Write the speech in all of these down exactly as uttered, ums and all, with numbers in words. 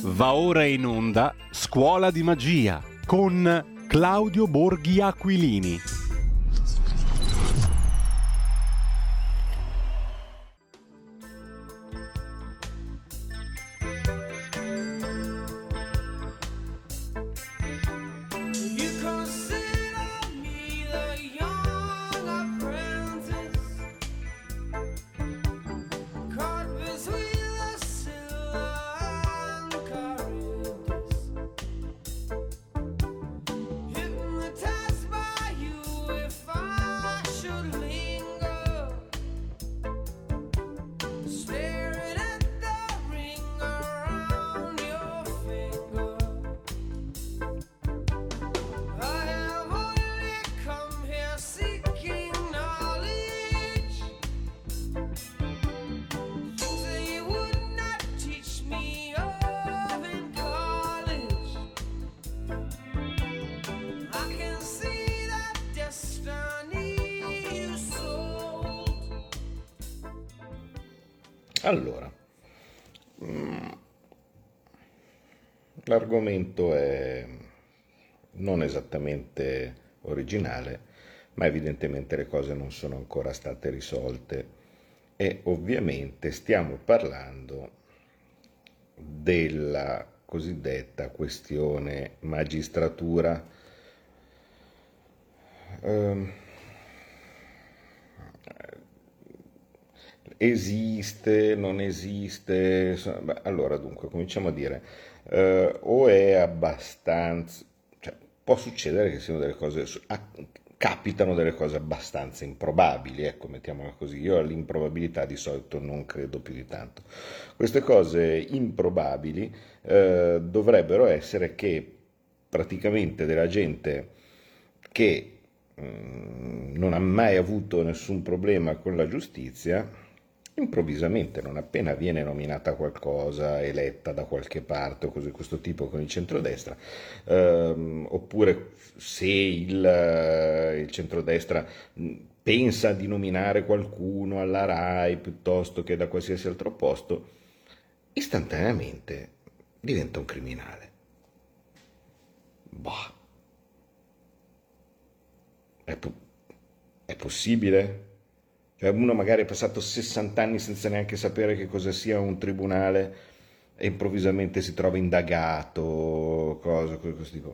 Va ora in onda Scuola di Magia con Claudio Borghi Aquilini. Allora, l'argomento è non esattamente originale, ma evidentemente le cose non sono ancora state risolte e ovviamente stiamo parlando della cosiddetta questione magistratura. Ehm, Esiste, non esiste? Beh, allora, dunque, cominciamo a dire, eh, o è abbastanza, cioè, può succedere che siano delle cose, capitano delle cose abbastanza improbabili, ecco, mettiamola così. Io all'improbabilità di solito non credo più di tanto. Queste cose improbabili eh, dovrebbero essere che praticamente della gente che mh, non ha mai avuto nessun problema con la giustizia, improvvisamente, non appena viene nominata qualcosa, eletta da qualche parte o cose di questo tipo con il centrodestra, ehm, oppure se il, il centrodestra pensa di nominare qualcuno alla RAI piuttosto che da qualsiasi altro posto, istantaneamente diventa un criminale. Bah. È, po- è possibile? Cioè uno magari è passato sessanta anni senza neanche sapere che cosa sia un tribunale e improvvisamente si trova indagato, cose di questo tipo.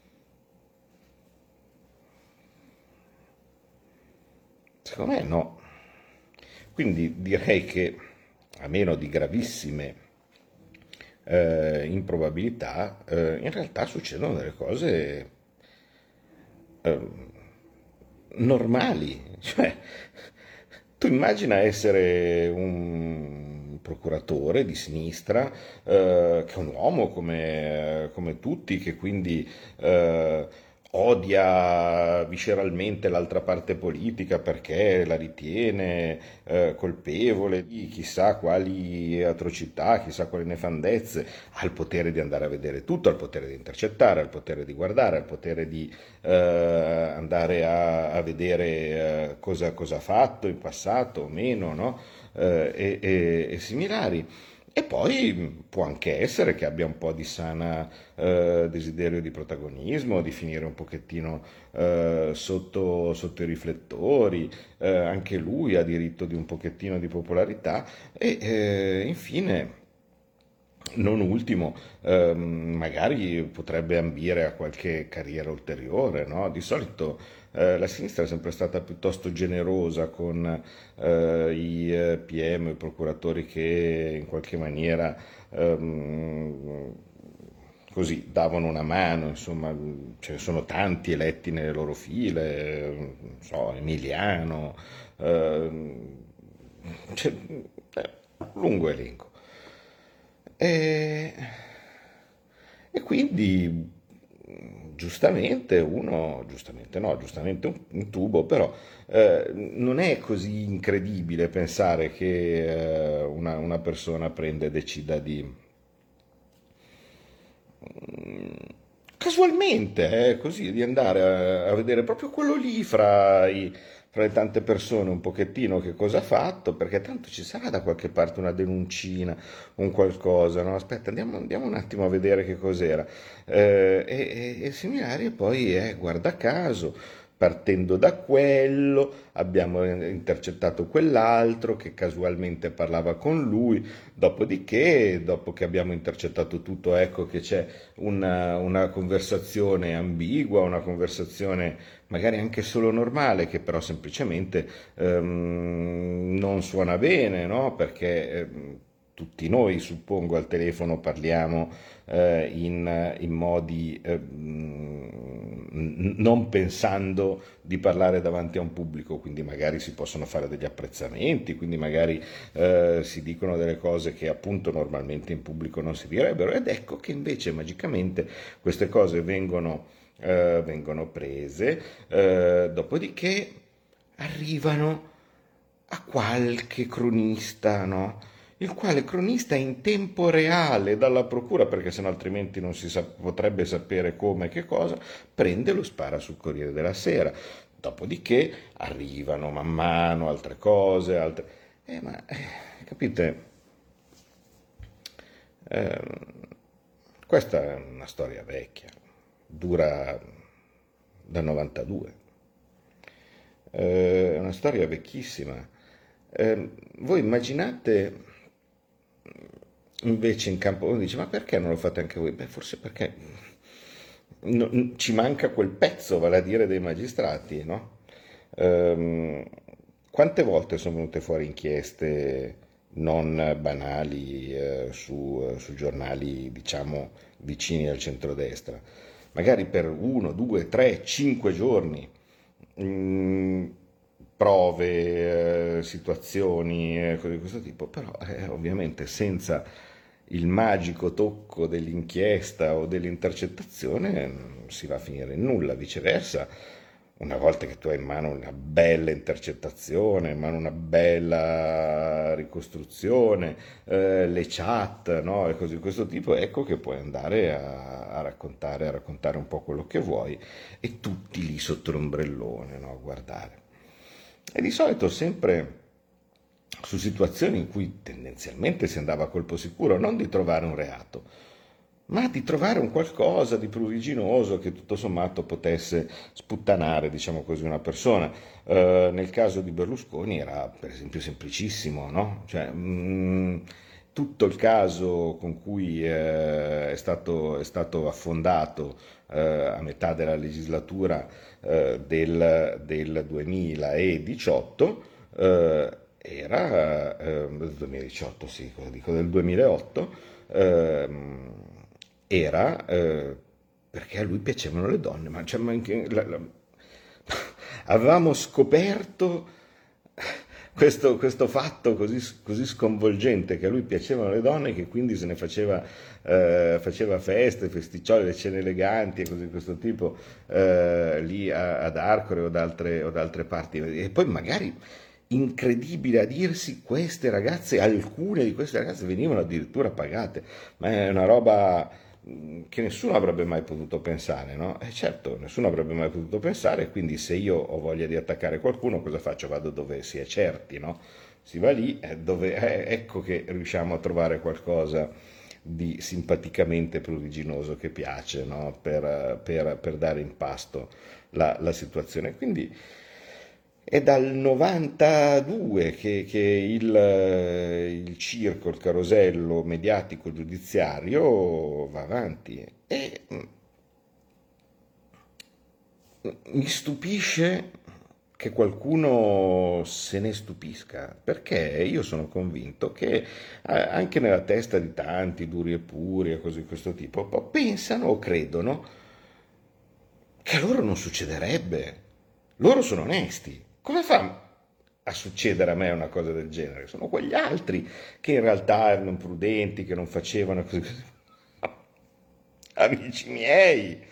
Secondo me no. Quindi direi che, a meno di gravissime eh, improbabilità, eh, in realtà succedono delle cose eh, normali. Cioè, tu immagina essere un procuratore di sinistra, eh, che è un uomo come, come tutti, che quindi eh, odia visceralmente l'altra parte politica perché la ritiene eh, colpevole di chissà quali atrocità, chissà quali nefandezze, ha il potere di andare a vedere tutto, ha il potere di intercettare, ha il potere di guardare, ha il potere di eh, andare a, a vedere eh, cosa, cosa ha fatto in passato o meno, no? Eh, e, e, e similari. E poi può anche essere che abbia un po' di sana eh, desiderio di protagonismo, di finire un pochettino eh, sotto, sotto i riflettori, eh, anche lui ha diritto di un pochettino di popolarità e eh, infine, non ultimo, ehm, magari potrebbe ambire a qualche carriera ulteriore, no? Di solito eh, la sinistra è sempre stata piuttosto generosa con eh, i eh, P M, i procuratori che in qualche maniera ehm, così davano una mano, insomma, ce ne sono tanti eletti nelle loro file, eh, non so, Emiliano, ehm, c'è, eh, lungo elenco. E, e quindi giustamente uno, giustamente no, giustamente un, un tubo, però eh, non è così incredibile pensare che eh, una, una persona prenda e decida di casualmente, eh, così, di andare a, a vedere proprio quello lì fra i, fra le tante persone un pochettino che cosa ha fatto, perché tanto ci sarà da qualche parte una denuncina, un qualcosa, no? Aspetta, andiamo, andiamo un attimo a vedere che cos'era. Eh, e, e, e il seminario poi è, guarda caso, partendo da quello, abbiamo intercettato quell'altro che casualmente parlava con lui, dopodiché, dopo che abbiamo intercettato tutto, ecco che c'è una, una conversazione ambigua, una conversazione magari anche solo normale, che però semplicemente ehm, non suona bene, no? Perché ehm, tutti noi, suppongo, al telefono parliamo eh, in, in modi eh, n- non pensando di parlare davanti a un pubblico, quindi magari si possono fare degli apprezzamenti, quindi magari eh, si dicono delle cose che appunto normalmente in pubblico non si direbbero, ed ecco che invece magicamente queste cose vengono, eh, vengono prese, eh, dopodiché arrivano a qualche cronista, no? Il quale cronista in tempo reale dalla procura, perché sennò altrimenti non si sa- potrebbe sapere come e che cosa, prende e lo spara sul Corriere della Sera. Dopodiché arrivano man mano altre cose, altre... Eh, ma eh, capite, eh, questa è una storia vecchia, dura dal novantadue. Eh, È una storia vecchissima. Eh, voi immaginate invece in campo, uno dice, ma perché non lo fate anche voi? Beh, forse perché no- ci manca quel pezzo, vale a dire, dei magistrati, no? Ehm, Quante volte sono venute fuori inchieste non banali eh, su, su giornali, diciamo, vicini al centrodestra? Magari per uno, due, tre, cinque giorni. Mm, prove, eh, situazioni, eh, cose di questo tipo, però eh, ovviamente senza il magico tocco dell'inchiesta o dell'intercettazione non si va a finire in nulla, viceversa. Una volta che tu hai in mano una bella intercettazione, in mano una bella ricostruzione, eh, le chat, no? E cose di questo tipo, ecco che puoi andare a, a raccontare, a raccontare un po' quello che vuoi e tutti lì sotto l'ombrellone, no? A guardare. E di solito sempre su situazioni in cui tendenzialmente si andava a colpo sicuro, non di trovare un reato, ma di trovare un qualcosa di pruriginoso che tutto sommato potesse sputtanare, diciamo così, una persona. Eh, nel caso di Berlusconi era per esempio semplicissimo, no? Cioè, mh, tutto il caso con cui eh, è stato, è stato affondato eh, a metà della legislatura eh, del, del duemiladiciotto eh, era eh, del duemiladiciotto, sì, cosa dico, del duemilaotto, ehm, era eh, perché a lui piacevano le donne, ma, cioè, ma anche la- la- avevamo scoperto questo, questo fatto così, così sconvolgente che a lui piacevano le donne, che quindi se ne faceva, eh, faceva feste, festiccioli, le cene eleganti e cose di questo tipo eh, lì a- ad Arcore o da altre, o da altre parti. E poi magari incredibile a dirsi, queste ragazze, alcune di queste ragazze venivano addirittura pagate, ma è una roba mh, che nessuno avrebbe mai potuto pensare, no? E certo, nessuno avrebbe mai potuto pensare, quindi se io ho voglia di attaccare qualcuno, cosa faccio? Vado dove si è certi, no? Si va lì, eh, dove, eh, ecco che riusciamo a trovare qualcosa di simpaticamente pruriginoso che piace, no? Per, per- per dare in pasto la, la situazione. Quindi è dal novantadue che, che il, eh, il circo, il carosello mediatico giudiziario va avanti e mm, mi stupisce che qualcuno se ne stupisca, perché io sono convinto che eh, anche nella testa di tanti duri e puri e cose di questo tipo, pensano o credono che a loro non succederebbe. Loro sono onesti. Come fa a succedere a me una cosa del genere? Sono quegli altri che in realtà erano imprudenti, che non facevano così. Amici miei,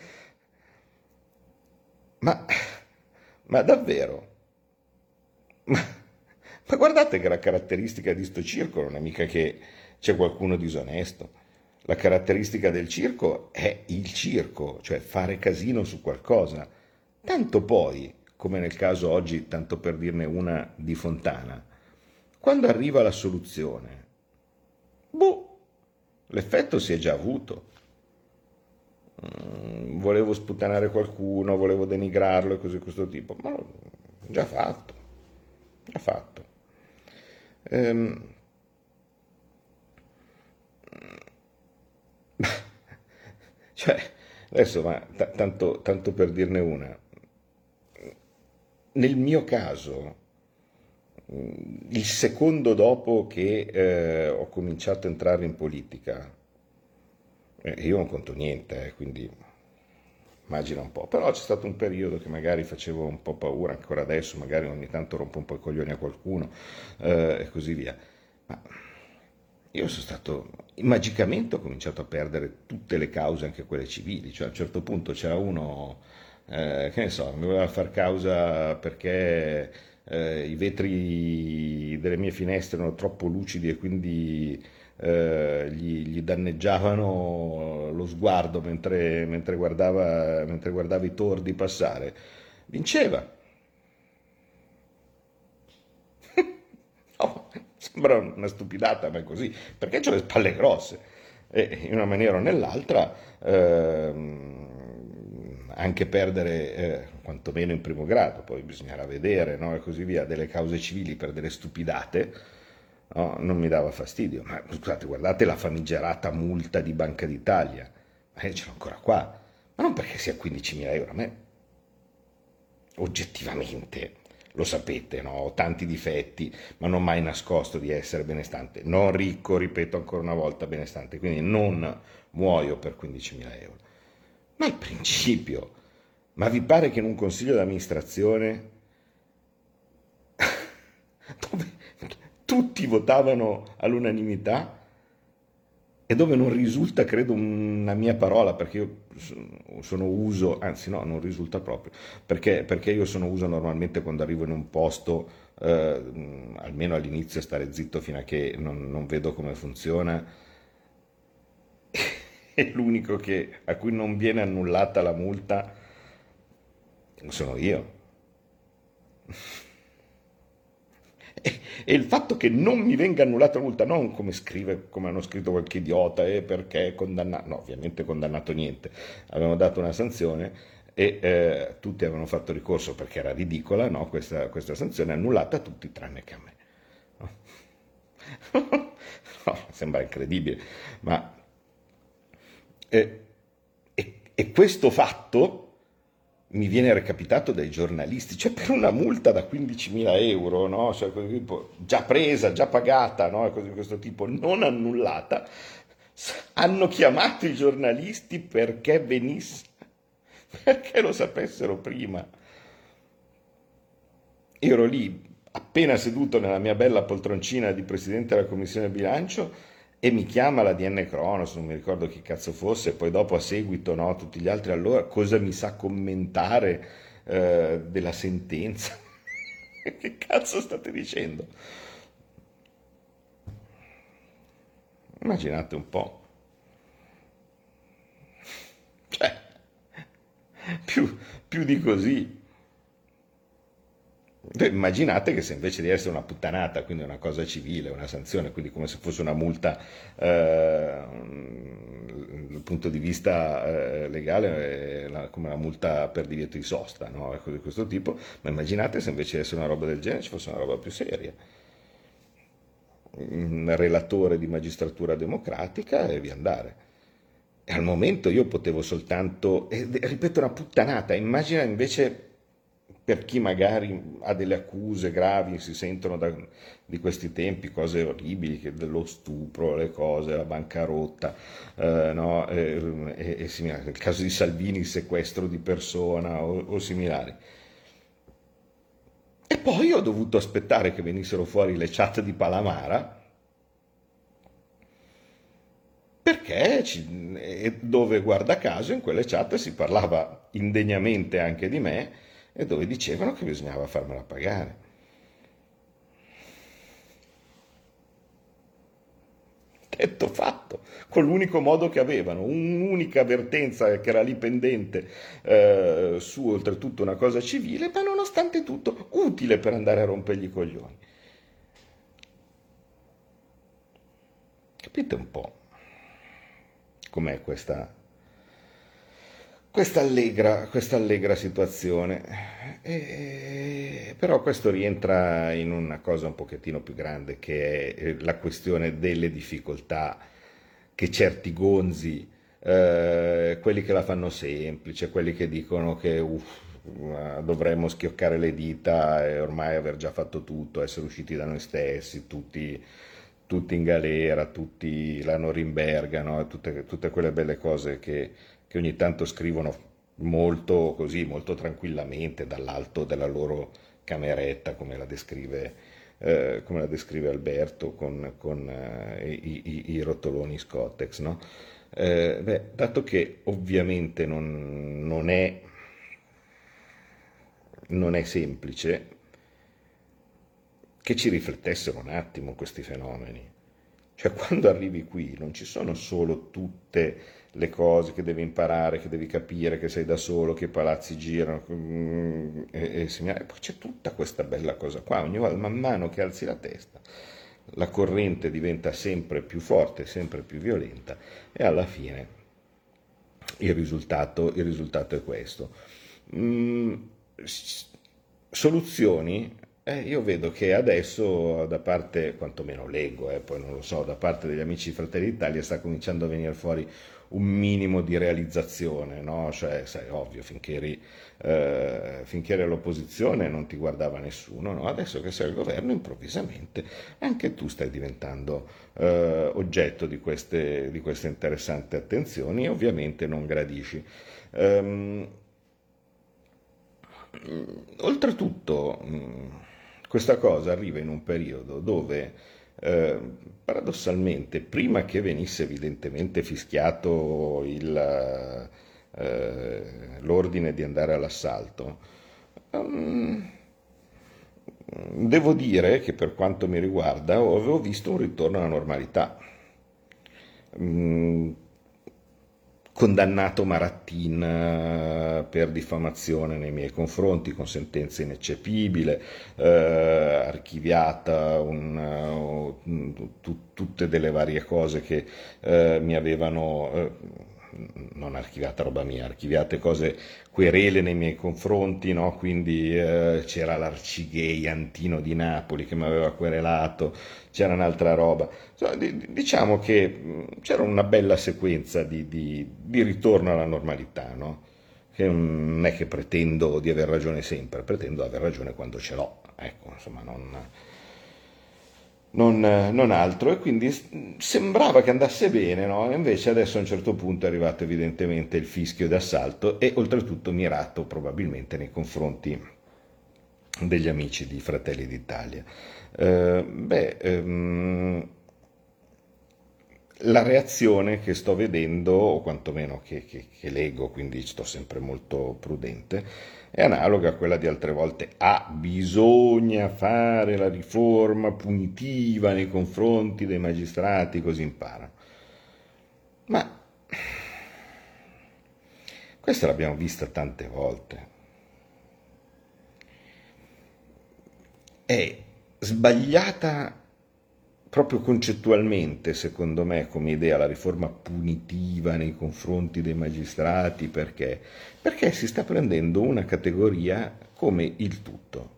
ma, ma davvero? Ma, ma guardate che la caratteristica di sto circo non è mica che c'è qualcuno disonesto. La caratteristica del circo è il circo, cioè fare casino su qualcosa. Tanto poi, come nel caso oggi, tanto per dirne una, di Fontana, quando arriva la soluzione, boh, l'effetto si è già avuto. Mm, volevo sputtanare qualcuno, volevo denigrarlo e cose di questo tipo, ma l'ho già fatto, già fatto. Ehm, cioè, adesso, ma t- tanto, tanto per dirne una, nel mio caso, il secondo dopo che eh, ho cominciato a entrare in politica, eh, io non conto niente, eh, quindi immagina un po', però c'è stato un periodo che magari facevo un po' paura, ancora adesso magari ogni tanto rompo un po' i coglioni a qualcuno eh, e così via. Ma io sono stato, magicamente ho cominciato a perdere tutte le cause, anche quelle civili, cioè a un certo punto c'era uno, eh, che ne so, mi voleva far causa perché eh, i vetri delle mie finestre erano troppo lucidi e quindi eh, gli, gli danneggiavano lo sguardo mentre, mentre guardava, mentre guardava i tordi passare. Vinceva. No, sembra una stupidata, ma è così, perché ho le spalle grosse e in una maniera o nell'altra ehm, anche perdere, eh, quantomeno in primo grado, poi bisognerà vedere, no, e così via, delle cause civili per delle stupidate, no, non mi dava fastidio. Ma scusate, guardate la famigerata multa di Banca d'Italia, ma io ce l'ho ancora qua, ma non perché sia quindicimila euro, a me oggettivamente, lo sapete, no? Ho tanti difetti, ma non ho mai nascosto di essere benestante. Non ricco, ripeto ancora una volta, benestante, quindi non muoio per quindicimila euro. Ma il principio, ma vi pare che in un consiglio d'amministrazione dove tutti votavano all'unanimità e dove non risulta, credo, una mia parola, perché io sono uso, anzi no, non risulta proprio, perché, perché io sono uso normalmente quando arrivo in un posto, eh, almeno all'inizio stare zitto fino a che non, non vedo come funziona, e l'unico che, a cui non viene annullata la multa sono io. E, e il fatto che non mi venga annullata la multa, non come scrive, come hanno scritto qualche idiota, eh, perché è condannato, no, ovviamente condannato niente, avevano dato una sanzione e eh, tutti avevano fatto ricorso perché era ridicola, no, questa, questa sanzione annullata a tutti tranne che a me. No? No, sembra incredibile, ma eh, e, e questo fatto mi viene recapitato dai giornalisti, cioè per una multa da quindicimila euro, no? Cioè, così, tipo, già presa, già pagata, no? Cose di questo tipo, non annullata, hanno chiamato i giornalisti perché venisse, perché lo sapessero prima. Ero lì, appena seduto nella mia bella poltroncina di presidente della commissione bilancio, e mi chiama la D N Cronos, non mi ricordo chi cazzo fosse, e poi dopo a seguito, no, tutti gli altri, allora cosa mi sa commentare eh, della sentenza? Che cazzo state dicendo? Immaginate un po', cioè, più, più di così. Beh, immaginate che se invece di essere una puttanata, quindi una cosa civile, una sanzione, quindi come se fosse una multa eh, dal punto di vista eh, legale, eh, la- come una multa per divieto di sosta, no? E cose di questo tipo, ma immaginate se invece di essere una roba del genere ci fosse una roba più seria. Un relatore di magistratura democratica e via andare. E al momento io potevo soltanto, e, ripeto, una puttanata, immagina invece per chi magari ha delle accuse gravi, si sentono da- di questi tempi cose orribili, che dello stupro, le cose, la bancarotta, eh, no? E, e- e similari. Nel caso di Salvini, il sequestro di persona o, o similari. E poi ho dovuto aspettare che venissero fuori le chat di Palamara, perché ci- e dove, guarda caso, in quelle chat si parlava indegnamente anche di me e dove dicevano che bisognava farmela pagare. Detto fatto. fatto, con l'unico modo che avevano, un'unica avvertenza che era lì pendente eh, su oltretutto una cosa civile, ma nonostante tutto utile per andare a rompergli i coglioni. Capite un po' com'è questa, questa allegra, questa allegra situazione. E, però questo rientra in una cosa un pochettino più grande, che è la questione delle difficoltà che certi gonzi, eh, quelli che la fanno semplice, quelli che dicono che uff, ma dovremmo schioccare le dita e ormai aver già fatto tutto, essere usciti da noi stessi, tutti, tutti in galera, tutti la Norimberga, no? Tutte, tutte quelle belle cose che, che ogni tanto scrivono molto così, molto tranquillamente dall'alto della loro cameretta, come la descrive, eh, come la descrive Alberto con, con eh, i, i- i rotoloni Scottex, no? Eh, beh, dato che ovviamente non, non è, non è semplice, che ci riflettessero un attimo questi fenomeni. Cioè, quando arrivi qui non ci sono solo tutte le cose che devi imparare, che devi capire, che sei da solo, che i palazzi girano, mm, e, e segnare. Poi c'è tutta questa bella cosa qua. Ogni volta, man mano che alzi la testa, la corrente diventa sempre più forte, sempre più violenta, e alla fine il risultato, il risultato è questo. Mm, s- Soluzioni? Eh, io vedo che adesso da parte, quantomeno leggo, eh, poi non lo so, da parte degli amici di Fratelli d'Italia sta cominciando a venire fuori un minimo di realizzazione, no? Cioè, sai, ovvio, finché eri, eh, finché eri all'opposizione non ti guardava nessuno, no? Adesso che sei al governo, improvvisamente anche tu stai diventando eh, oggetto di queste, di queste interessanti attenzioni e ovviamente non gradisci. Ehm, Oltretutto, mh, questa cosa arriva in un periodo dove, eh, paradossalmente, prima che venisse evidentemente fischiato il, eh, l'ordine di andare all'assalto, ehm, devo dire che per quanto mi riguarda avevo visto un ritorno alla normalità. Mm, Condannato Marattin eh, per diffamazione nei miei confronti con sentenza ineccepibile, eh, archiviata un, uh, tu- tutte delle varie cose che eh, mi avevano, eh, non archiviata roba mia, archiviate cose, querele nei miei confronti, no? Quindi eh, c'era l'Arcigay Antino di Napoli che mi aveva querelato, c'era un'altra roba. Insomma, di- diciamo che mh, c'era una bella sequenza di, di- di ritorno alla normalità, no? Che non è che pretendo di aver ragione sempre, pretendo di aver ragione quando ce l'ho, ecco, insomma, non, non, non altro. E quindi s- sembrava che andasse bene, no? E invece adesso a un certo punto è arrivato evidentemente il fischio d'assalto e oltretutto mirato probabilmente nei confronti degli amici di Fratelli d'Italia. Eh, beh, ehm, la reazione che sto vedendo, o quantomeno che, che- che leggo, quindi sto sempre molto prudente, è analoga a quella di altre volte. Ah, bisogna fare la riforma punitiva nei confronti dei magistrati, così imparano. Ma questa l'abbiamo vista tante volte. È sbagliata proprio concettualmente, secondo me, come idea, la riforma punitiva nei confronti dei magistrati, perché? Perché si sta prendendo una categoria come il tutto.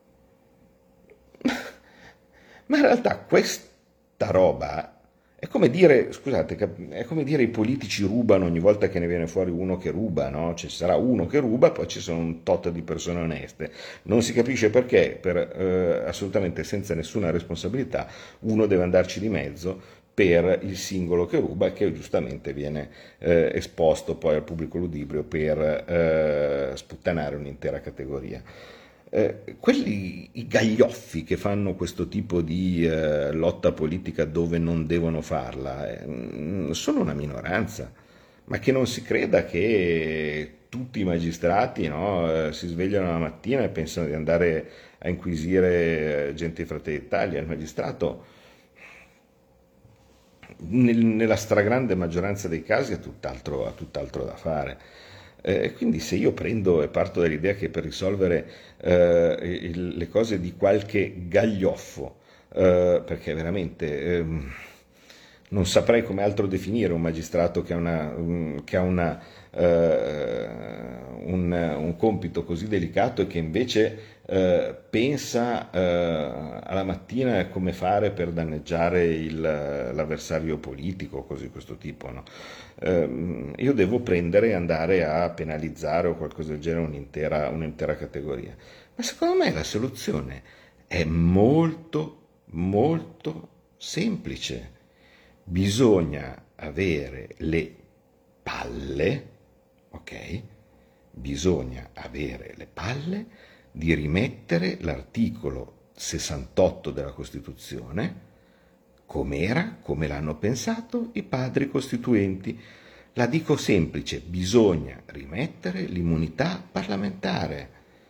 Ma in realtà questa roba è come dire, scusate, cap- è come dire i politici rubano ogni volta che ne viene fuori uno che ruba, no? Ci sarà uno che ruba, poi ci sono un tot di persone oneste. Non si capisce perché, per, eh, assolutamente senza nessuna responsabilità, uno deve andarci di mezzo per il singolo che ruba e che giustamente viene eh, esposto poi al pubblico ludibrio per eh, sputtanare un'intera categoria. Eh, quelli, i gaglioffi che fanno questo tipo di eh, lotta politica dove non devono farla, eh, mm, sono una minoranza, ma che non si creda che tutti i magistrati, no, eh, si svegliano la mattina e pensano di andare a inquisire eh, gente di Fratelli d'Italia. Il magistrato nel- nella stragrande maggioranza dei casi ha tutt'altro, ha tutt'altro da fare. Eh, quindi se io prendo e parto dall'idea che per risolvere eh, il- le cose di qualche gaglioffo, eh, perché veramente ehm, non saprei come altro definire un magistrato che ha una, un- che ha una, eh, un, un compito così delicato e che invece eh, pensa eh, alla mattina come fare per danneggiare il- l'avversario politico, così di questo tipo, no? Ehm, io devo prendere e andare a penalizzare o qualcosa del genere un'intera, un'intera categoria. Ma secondo me la soluzione è molto, molto semplice. Bisogna avere le palle, ok? Bisogna avere le palle di rimettere l'articolo sessantotto della Costituzione com'era, come l'hanno pensato i padri costituenti. La dico semplice, bisogna rimettere l'immunità parlamentare.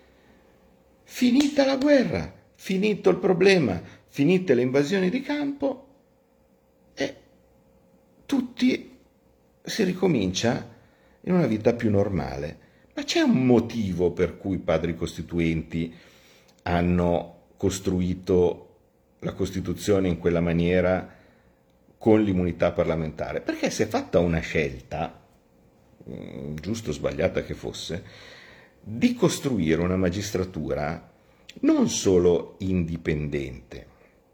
Finita la guerra, finito il problema, finite le invasioni di campo e tutti si ricomincia in una vita più normale. Ma c'è un motivo per cui i padri costituenti hanno costruito la Costituzione in quella maniera con l'immunità parlamentare? Perché si è fatta una scelta, mm, giusto o sbagliata che fosse, di costruire una magistratura non solo indipendente,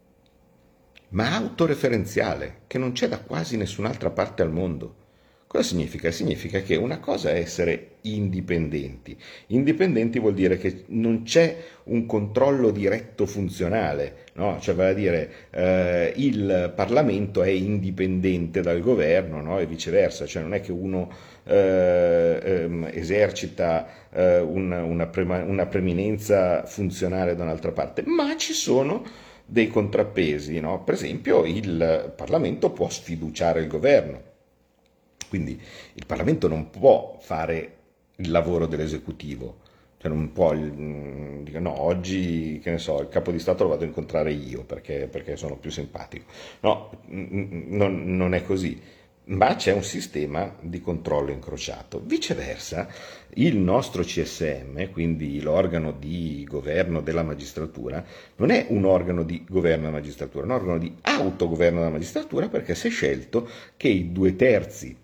ma autoreferenziale, che non c'è da quasi nessun'altra parte al mondo. Cosa significa? Significa che una cosa è essere indipendenti. Indipendenti vuol dire che non c'è un controllo diretto funzionale, no? Cioè, vale a dire, eh, il Parlamento è indipendente dal governo, no? E viceversa, cioè non è che uno eh, ehm, esercita eh, una, una, prema- una preminenza funzionale da un'altra parte, ma ci sono dei contrappesi, no? Per esempio, il Parlamento può sfiduciare il governo. Quindi il Parlamento non può fare il lavoro dell'esecutivo, cioè non può mm, dire no, oggi che ne so, il capo di Stato lo vado a incontrare io perché, perché sono più simpatico. No, mm, non, non è così, ma c'è un sistema di controllo incrociato. Viceversa, il nostro C S M, quindi l'organo di governo della magistratura, non è un organo di governo della magistratura, è un organo di autogoverno della magistratura perché si è scelto che i due terzi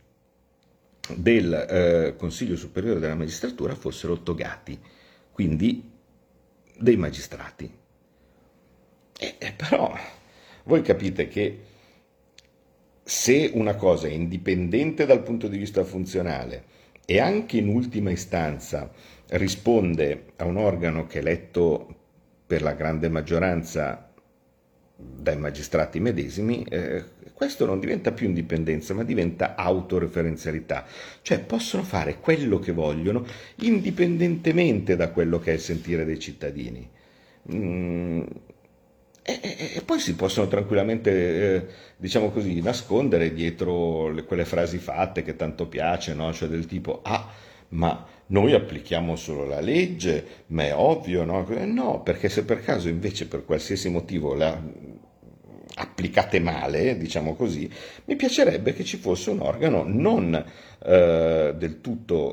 del eh, Consiglio Superiore della Magistratura fossero togati, quindi dei magistrati. E, e però voi capite che se una cosa è indipendente dal punto di vista funzionale e anche in ultima istanza risponde a un organo che è eletto per la grande maggioranza dai magistrati medesimi, eh, questo non diventa più indipendenza, ma diventa autoreferenzialità. Cioè possono fare quello che vogliono indipendentemente da quello che è il sentire dei cittadini. Mm, e, e- e poi si possono tranquillamente, eh, diciamo così, nascondere dietro le- quelle frasi fatte che tanto piace, no? Cioè del tipo, ah, ma noi applichiamo solo la legge, ma è ovvio, no? Eh, No, perché se per caso invece per qualsiasi motivo la applicate male, diciamo così, mi piacerebbe che ci fosse un organo non eh, del tutto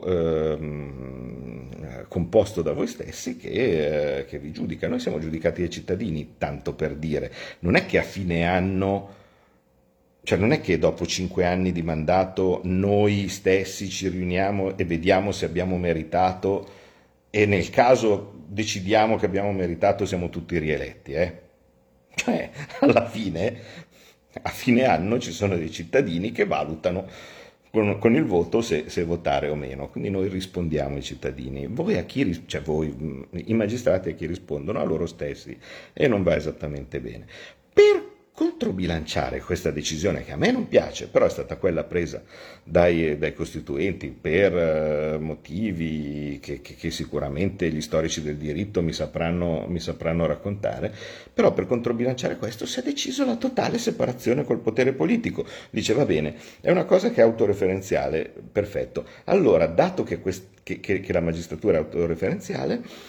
ehm, composto da voi stessi che, eh, che vi giudica. Noi siamo giudicati dai cittadini, tanto per dire. Non è che a fine anno, cioè non è che dopo cinque anni di mandato noi stessi ci riuniamo e vediamo se abbiamo meritato e nel caso decidiamo che abbiamo meritato siamo tutti rieletti, eh? Cioè, alla fine, a fine anno ci sono dei cittadini che valutano con, con il voto se, se votare o meno. Quindi noi rispondiamo ai cittadini. Voi a chi, ris- cioè voi, mh, i magistrati a chi rispondono? A loro stessi. E non va esattamente bene. Per controbilanciare questa decisione che a me non piace, però è stata quella presa dai, dai costituenti per eh, motivi che, che- che sicuramente gli storici del diritto mi sapranno, mi sapranno raccontare, però per controbilanciare questo si è deciso la totale separazione col potere politico. Dice va bene, è una cosa che è autoreferenziale, perfetto. Allora, dato che, quest- che- che- che la magistratura è autoreferenziale,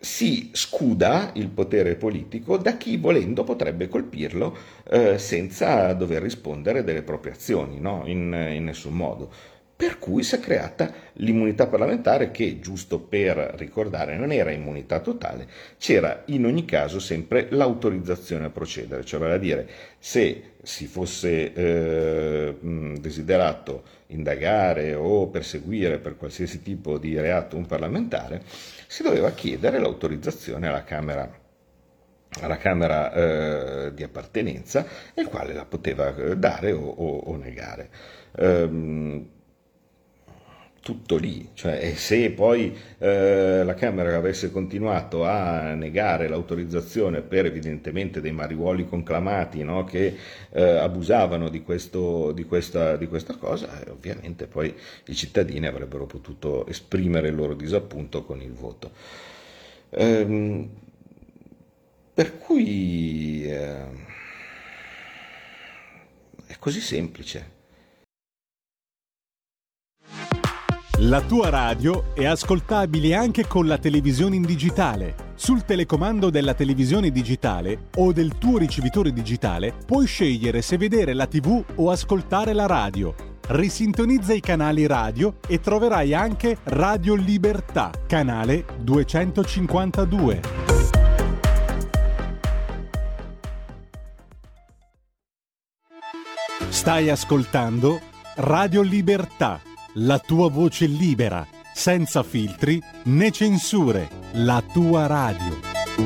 si scuda il potere politico da chi, volendo, potrebbe colpirlo eh, senza dover rispondere delle proprie azioni, no? in, in nessun modo. Per cui si è creata l'immunità parlamentare che, giusto per ricordare, non era immunità totale, c'era in ogni caso sempre l'autorizzazione a procedere, cioè vale a dire se si fosse eh, desiderato indagare o perseguire per qualsiasi tipo di reato un parlamentare, si doveva chiedere l'autorizzazione alla Camera alla Camera eh, di appartenenza, il quale la poteva dare o, o, o negare. Ehm, tutto lì, cioè, e se poi eh, la Camera avesse continuato a negare l'autorizzazione per evidentemente dei mariuoli conclamati, no, che eh, abusavano di, questo, di, questa, di questa cosa, eh, ovviamente poi i cittadini avrebbero potuto esprimere il loro disappunto con il voto. Ehm, per cui eh, è così semplice. La tua radio è ascoltabile anche con la televisione in digitale. Sul telecomando della televisione digitale o del tuo ricevitore digitale puoi scegliere se vedere la tivù o ascoltare la radio. Risintonizza i canali radio e troverai anche Radio Libertà, canale duecentocinquantadue. Stai ascoltando Radio Libertà, la tua voce libera, senza filtri né censure, la tua radio.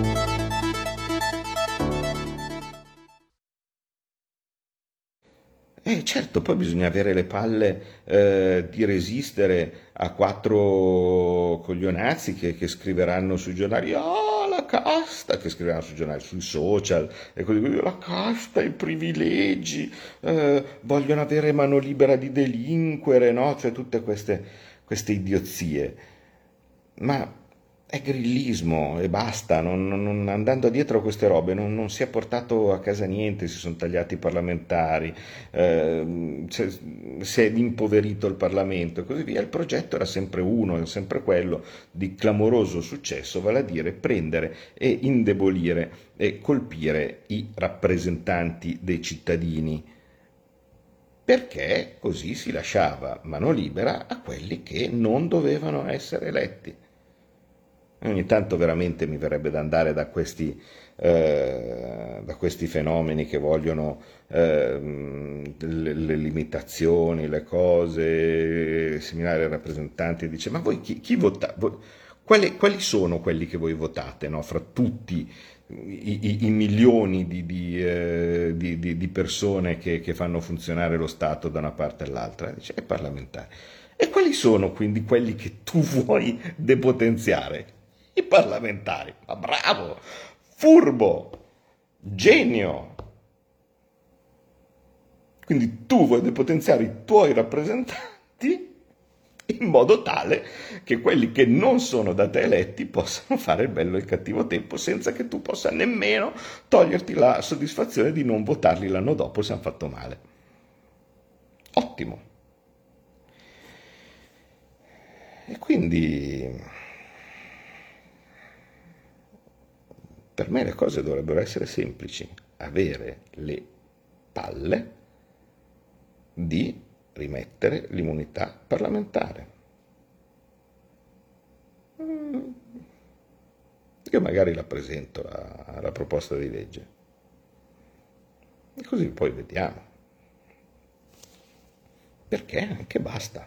Eh, certo, poi bisogna avere le palle eh, di resistere a quattro coglionazzi che, che scriveranno sui giornali, ah, la casta, che scriveranno sui giornali, sui social, e così via, la casta, i privilegi, eh, vogliono avere mano libera di delinquere, no? Cioè tutte queste, queste idiozie. Ma è grillismo e basta, non, non- andando dietro a queste robe non, non si è portato a casa niente, si sono tagliati i parlamentari, ehm, si è si è impoverito il Parlamento e così via. Il progetto era sempre uno, era sempre quello di clamoroso successo, vale a dire prendere e indebolire e colpire i rappresentanti dei cittadini, perché così si lasciava mano libera a quelli che non dovevano essere eletti. Ogni tanto veramente mi verrebbe da andare da questi, eh, da questi fenomeni che vogliono ehm, le, le limitazioni, le cose, seminare ai rappresentanti e dice: ma voi chi, chi vota? voi- quali, quali sono quelli che voi votate, no? Fra tutti i, i- i milioni di, di, eh, di- di- di persone che, che fanno funzionare lo Stato da una parte all'altra? Dice: è parlamentare. E quali sono quindi quelli che tu vuoi depotenziare? I parlamentari. Ma bravo, furbo, genio. Quindi tu vuoi depotenziare i tuoi rappresentanti in modo tale che quelli che non sono da te eletti possano fare il bello e il cattivo tempo senza che tu possa nemmeno toglierti la soddisfazione di non votarli l'anno dopo se hanno fatto male. Ottimo. E quindi per me le cose dovrebbero essere semplici: avere le palle di rimettere l'immunità parlamentare. Io magari la presento la, la proposta di legge e così poi vediamo. Perché anche basta.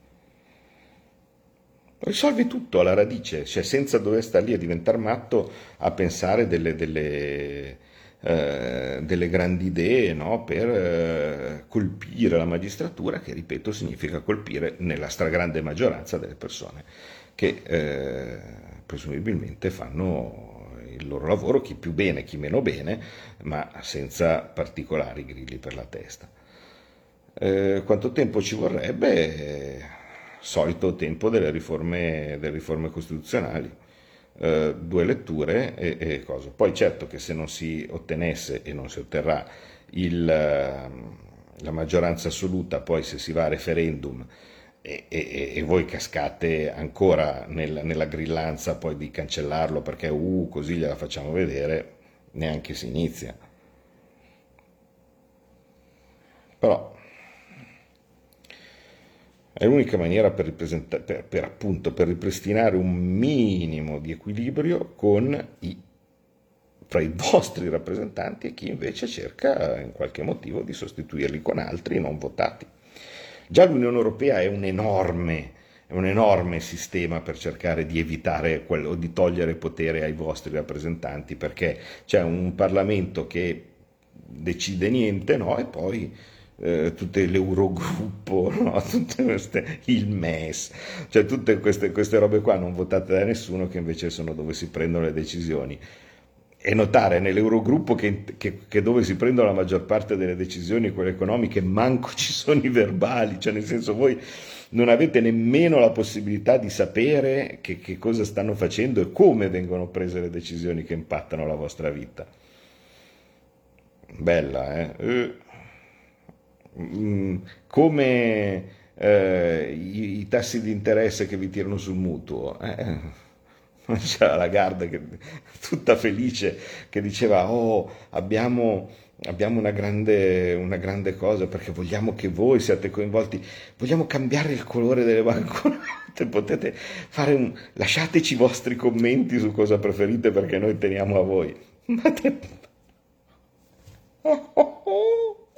Risolvi tutto alla radice, cioè senza dover stare lì a diventare matto a pensare delle, delle, eh, delle grandi idee, no? Per eh, colpire la magistratura, che ripeto significa colpire nella stragrande maggioranza delle persone che eh, presumibilmente fanno il loro lavoro, chi più bene, chi meno bene, ma senza particolari grilli per la testa. Eh, quanto tempo ci vorrebbe? Eh, solito tempo delle riforme, delle riforme costituzionali. Eh, due letture e, e cosa. Poi certo che se non si ottenesse e non si otterrà il, ehm, la maggioranza assoluta, poi se si va a referendum e, e- e voi cascate ancora nel- nella grillanza poi di cancellarlo perché uh, così gliela facciamo vedere, neanche si inizia. Però è l'unica maniera per, ripresenta- per, per appunto per ripristinare un minimo di equilibrio con i, fra i vostri rappresentanti e chi invece cerca in qualche motivo di sostituirli con altri non votati. Già l'Unione Europea è un enorme, è un enorme sistema per cercare di evitare quello, di togliere potere ai vostri rappresentanti, perché c'è un Parlamento che decide niente, no? E poi eh, tutte l'Eurogruppo, no? Tutte queste, il M E S, cioè tutte queste, queste robe qua non votate da nessuno che invece sono dove si prendono le decisioni. E notare nell'Eurogruppo che, che, che dove si prendono la maggior parte delle decisioni, quelle economiche, manco ci sono i verbali, cioè nel senso voi non avete nemmeno la possibilità di sapere che, che cosa stanno facendo e come vengono prese le decisioni che impattano la vostra vita. Bella, eh? Eh, mm, come eh, i, i tassi di interesse che vi tirano sul mutuo. Eh, c'era la Lagarde che, tutta felice che diceva oh abbiamo, abbiamo una grande, una grande cosa perché vogliamo che voi siate coinvolti, vogliamo cambiare il colore delle banconote, potete fare un, lasciateci i vostri commenti su cosa preferite perché noi teniamo a voi. Ma te... oh, oh, oh.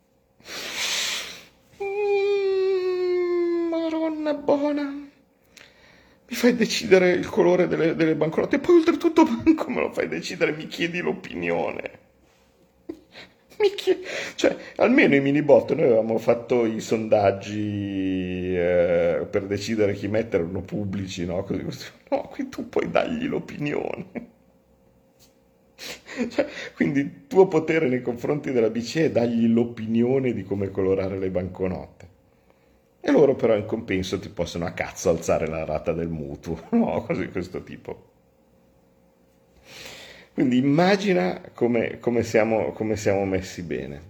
Mm, Madonna buona. Mi fai decidere il colore delle, delle banconote e poi oltretutto manco me lo fai decidere, mi chiedi l'opinione. Mi chiedi... Cioè, almeno i mini bot, noi avevamo fatto i sondaggi eh, per decidere chi mettere, erano pubblici, no? Così, così. No, qui tu puoi dargli l'opinione. Cioè, quindi il tuo potere nei confronti della B C E è dargli l'opinione di come colorare le banconote. E loro però in compenso ti possono a cazzo alzare la rata del mutuo, no? Cose di questo tipo. Quindi immagina come, come siamo, come siamo messi bene.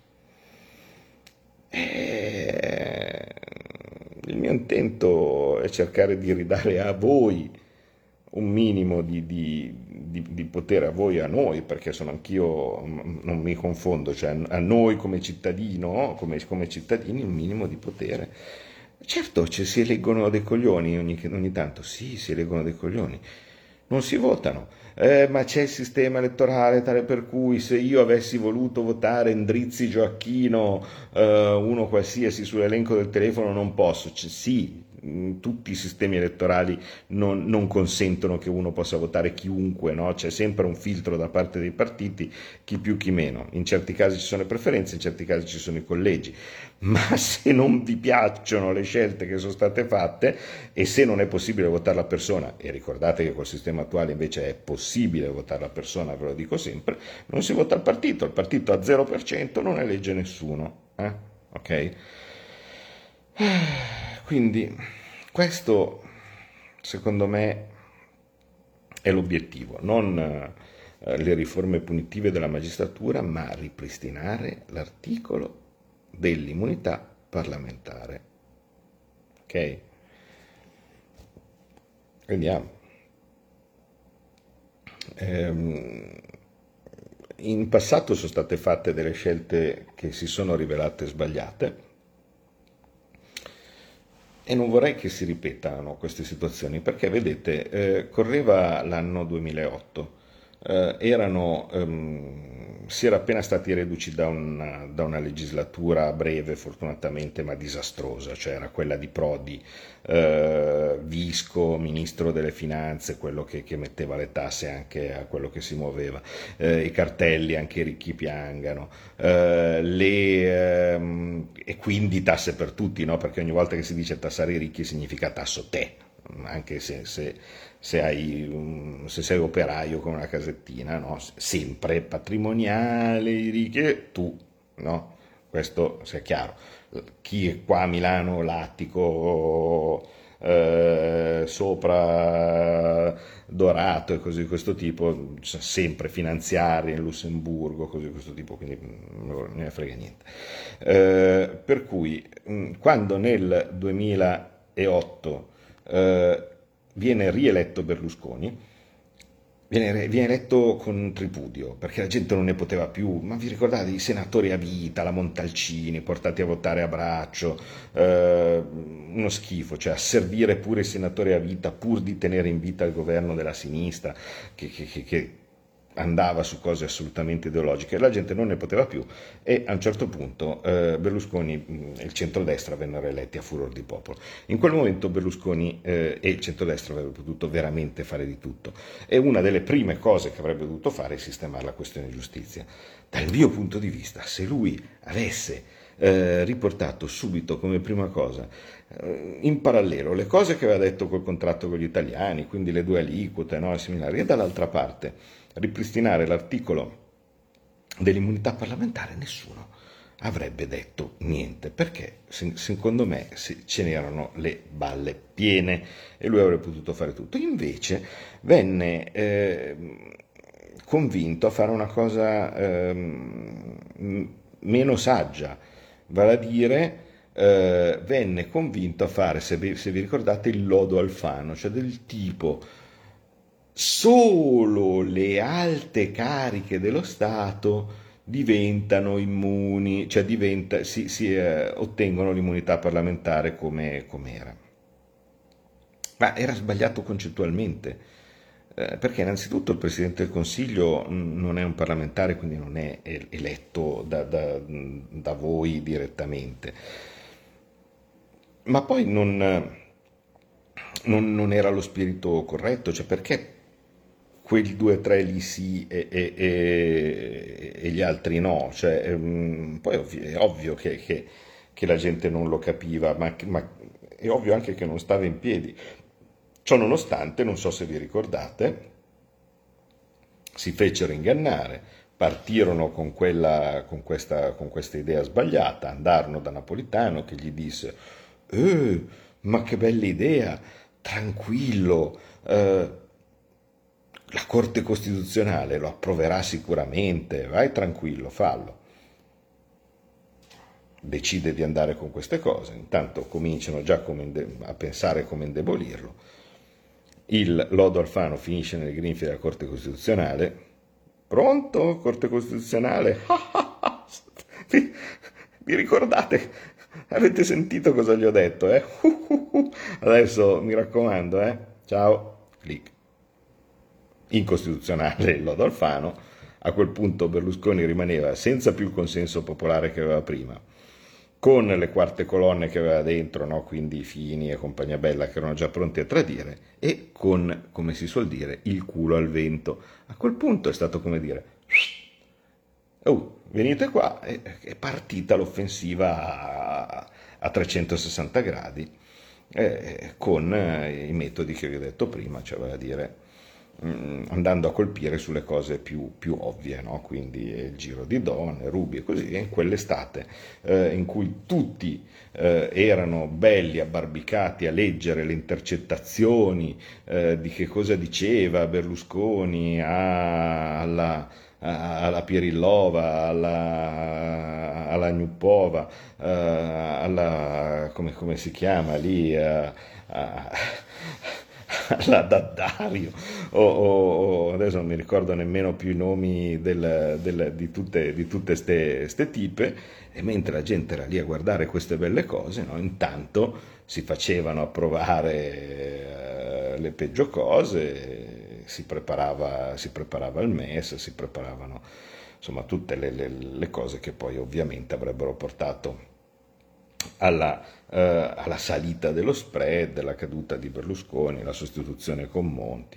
E il mio intento è cercare di ridare a voi un minimo di, di- di- di potere, a voi e a noi, perché sono anch'io, mm, non mi confondo, cioè a noi come cittadino, come, come cittadini, un minimo di potere. Certo, ci si eleggono dei coglioni ogni, ogni tanto, sì, si eleggono dei coglioni, non si votano. Eh, ma c'è il sistema elettorale tale per cui se io avessi voluto votare Endrizzi Gioacchino, eh, uno qualsiasi sull'elenco del telefono non posso. C- sì, mh, tutti i sistemi elettorali non, non consentono che uno possa votare chiunque, no? C'è sempre un filtro da parte dei partiti, chi più chi meno. In certi casi ci sono le preferenze, in certi casi ci sono i collegi. Ma se non vi piacciono le scelte che sono state fatte e se non è possibile votare la persona, e ricordate che col sistema attuale invece è possibile votare la persona, ve lo dico sempre, non si vota il partito, il partito a zero per cento non elegge nessuno. Eh? Ok? Quindi questo secondo me è l'obiettivo, non eh, le riforme punitive della magistratura, ma ripristinare l'articolo dell'immunità parlamentare. Ok? Vediamo. Ehm, in passato sono state fatte delle scelte che si sono rivelate sbagliate e non vorrei che si ripetano queste situazioni perché, vedete, eh, correva l'anno duemilaotto, eh, erano, ehm, si era appena stati reduci da una, da una legislatura breve, fortunatamente, ma disastrosa, cioè era quella di Prodi, eh, Visco, ministro delle finanze, quello che, che metteva le tasse anche a quello che si muoveva, eh, i cartelli, anche i ricchi piangano, eh, le, ehm, e quindi tasse per tutti, no? Perché ogni volta che si dice tassare i ricchi significa tasso te, anche se, se, se, hai, un- se sei operaio con una casettina, no? Sempre patrimoniale, i ricchi, tu, no? Questo sia chiaro. Chi è qua a Milano, Lattico, eh, sopra dorato e cose di questo tipo, sempre finanziarie in Lussemburgo, cose di questo tipo, quindi non me ne frega niente. Eh, per cui quando nel duemilaotto eh, viene rieletto Berlusconi, Viene, viene eletto con tripudio, perché la gente non ne poteva più. Ma vi ricordate i senatori a vita, la Montalcini, portati a votare a braccio, eh, uno schifo, cioè a servire pure i senatori a vita pur di tenere in vita il governo della sinistra, che, che, che, che andava su cose assolutamente ideologiche. La gente non ne poteva più e a un certo punto eh, Berlusconi e il centrodestra vennero eletti a furor di popolo. In quel momento Berlusconi eh, e il centrodestra avrebbero potuto veramente fare di tutto e una delle prime cose che avrebbe dovuto fare è sistemare la questione giustizia. Dal mio punto di vista, se lui avesse eh, riportato subito come prima cosa eh, in parallelo le cose che aveva detto col contratto con gli italiani, quindi le due aliquote, no, e similari, e dall'altra parte ripristinare l'articolo dell'immunità parlamentare, nessuno avrebbe detto niente, perché secondo me ce n'erano le balle piene e lui avrebbe potuto fare tutto. Invece venne eh, convinto a fare una cosa eh, meno saggia, vale a dire eh, venne convinto a fare, se vi, se vi ricordate, il lodo Alfano, cioè del tipo: solo le alte cariche dello Stato diventano immuni, cioè diventa, si, si eh, ottengono l'immunità parlamentare come era. Ma era sbagliato concettualmente, eh, perché innanzitutto il Presidente del Consiglio non è un parlamentare, quindi non è eletto da, da, da voi direttamente. Ma poi non, non, non era lo spirito corretto, cioè perché quei due o tre lì sì e, e, e, e gli altri no, cioè, um, poi è ovvio che, che, che la gente non lo capiva, ma, ma è ovvio anche che non stava in piedi. Ciò nonostante, non so se vi ricordate, si fecero ingannare, partirono con, quella, con, questa, con questa idea sbagliata, andarono da Napolitano che gli disse: eh, ma che bella idea, tranquillo, eh, la Corte Costituzionale lo approverà sicuramente, vai tranquillo, fallo. Decide di andare con queste cose, intanto cominciano già a pensare come indebolirlo. Il lodo Alfano finisce nelle grinfie della Corte Costituzionale. Pronto, Corte Costituzionale? vi, vi ricordate? Avete sentito cosa gli ho detto, eh? Adesso mi raccomando, eh? Ciao, clic. Incostituzionale il lodo Alfano. A quel punto Berlusconi rimaneva senza più il consenso popolare che aveva prima, con le quarte colonne che aveva dentro, no? Quindi Fini e compagnia bella che erano già pronti a tradire, e con, come si suol dire, il culo al vento. A quel punto è stato come dire: oh, venite qua, e è partita l'offensiva a, a trecentosessanta gradi, eh, con i metodi che vi ho detto prima, cioè vale a dire andando a colpire sulle cose più, più ovvie, no? Quindi il giro di donne, Ruby e così via, in quell'estate eh, in cui tutti eh, erano belli abbarbicati a leggere le intercettazioni eh, di che cosa diceva Berlusconi a, alla, a, alla Pierillova, alla, alla Gnupova, eh, alla, come, come si chiama lì, a, a, alla Daddario, o, o, o adesso non mi ricordo nemmeno più i nomi del, del, di tutte di tutte ste, ste tipe, e mentre la gente era lì a guardare queste belle cose, no, intanto si facevano approvare eh, le peggio cose, si preparava, si preparava il M E S, si preparavano insomma tutte le, le, le cose che poi ovviamente avrebbero portato Alla, eh, alla salita dello spread, la caduta di Berlusconi, la sostituzione con Monti.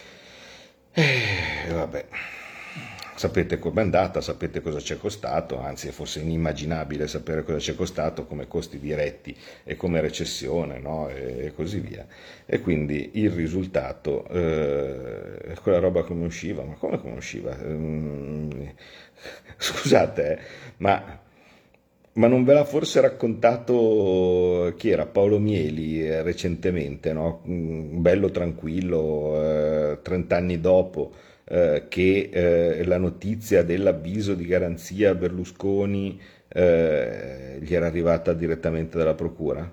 E vabbè, sapete com'è andata, sapete cosa ci è costato, anzi è forse inimmaginabile sapere cosa ci è costato come costi diretti e come recessione, no? E così via. E quindi il risultato, eh, quella roba come usciva, ma come come usciva? Scusate, eh, ma Ma non ve l'ha forse raccontato chi era? Paolo Mieli eh, recentemente, no? Mm, bello tranquillo, eh, trent'anni dopo, eh, che eh, la notizia dell'avviso di garanzia a Berlusconi eh, gli era arrivata direttamente dalla procura?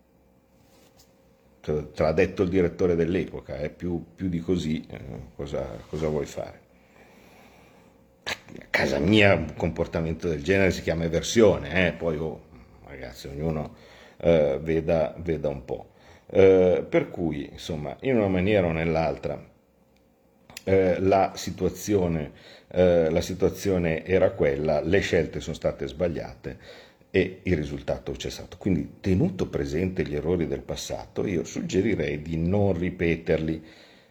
Te te l'ha detto il direttore dell'epoca, eh, più, più di così, eh, cosa, cosa vuoi fare? A casa mia un comportamento del genere si chiama eversione, eh? Poi oh, ragazzi, ognuno eh, veda, veda un po'. Eh, per cui, insomma, in una maniera o nell'altra, eh, la situazione, eh, la situazione era quella, le scelte sono state sbagliate e il risultato c'è stato. Quindi, tenuto presente gli errori del passato, io suggerirei di non ripeterli.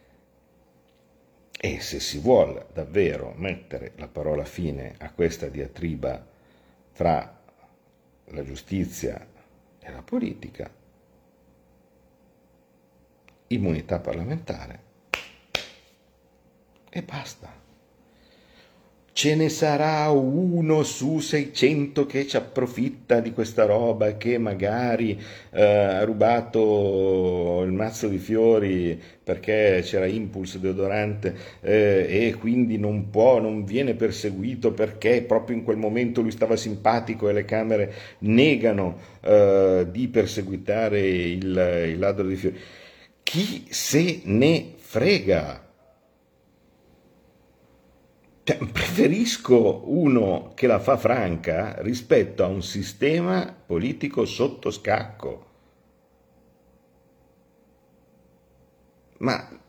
E se si vuole davvero mettere la parola fine a questa diatriba fra la giustizia e la politica, immunità parlamentare e basta. Ce ne sarà uno su seicento che ci approfitta di questa roba e che magari eh, ha rubato il mazzo di fiori perché c'era Impulse deodorante eh, e quindi non può, non viene perseguito perché proprio in quel momento lui stava simpatico e le Camere negano eh, di perseguitare il, il ladro di fiori. Chi se ne frega? Cioè, preferisco uno che la fa franca rispetto a un sistema politico sotto scacco. Ma,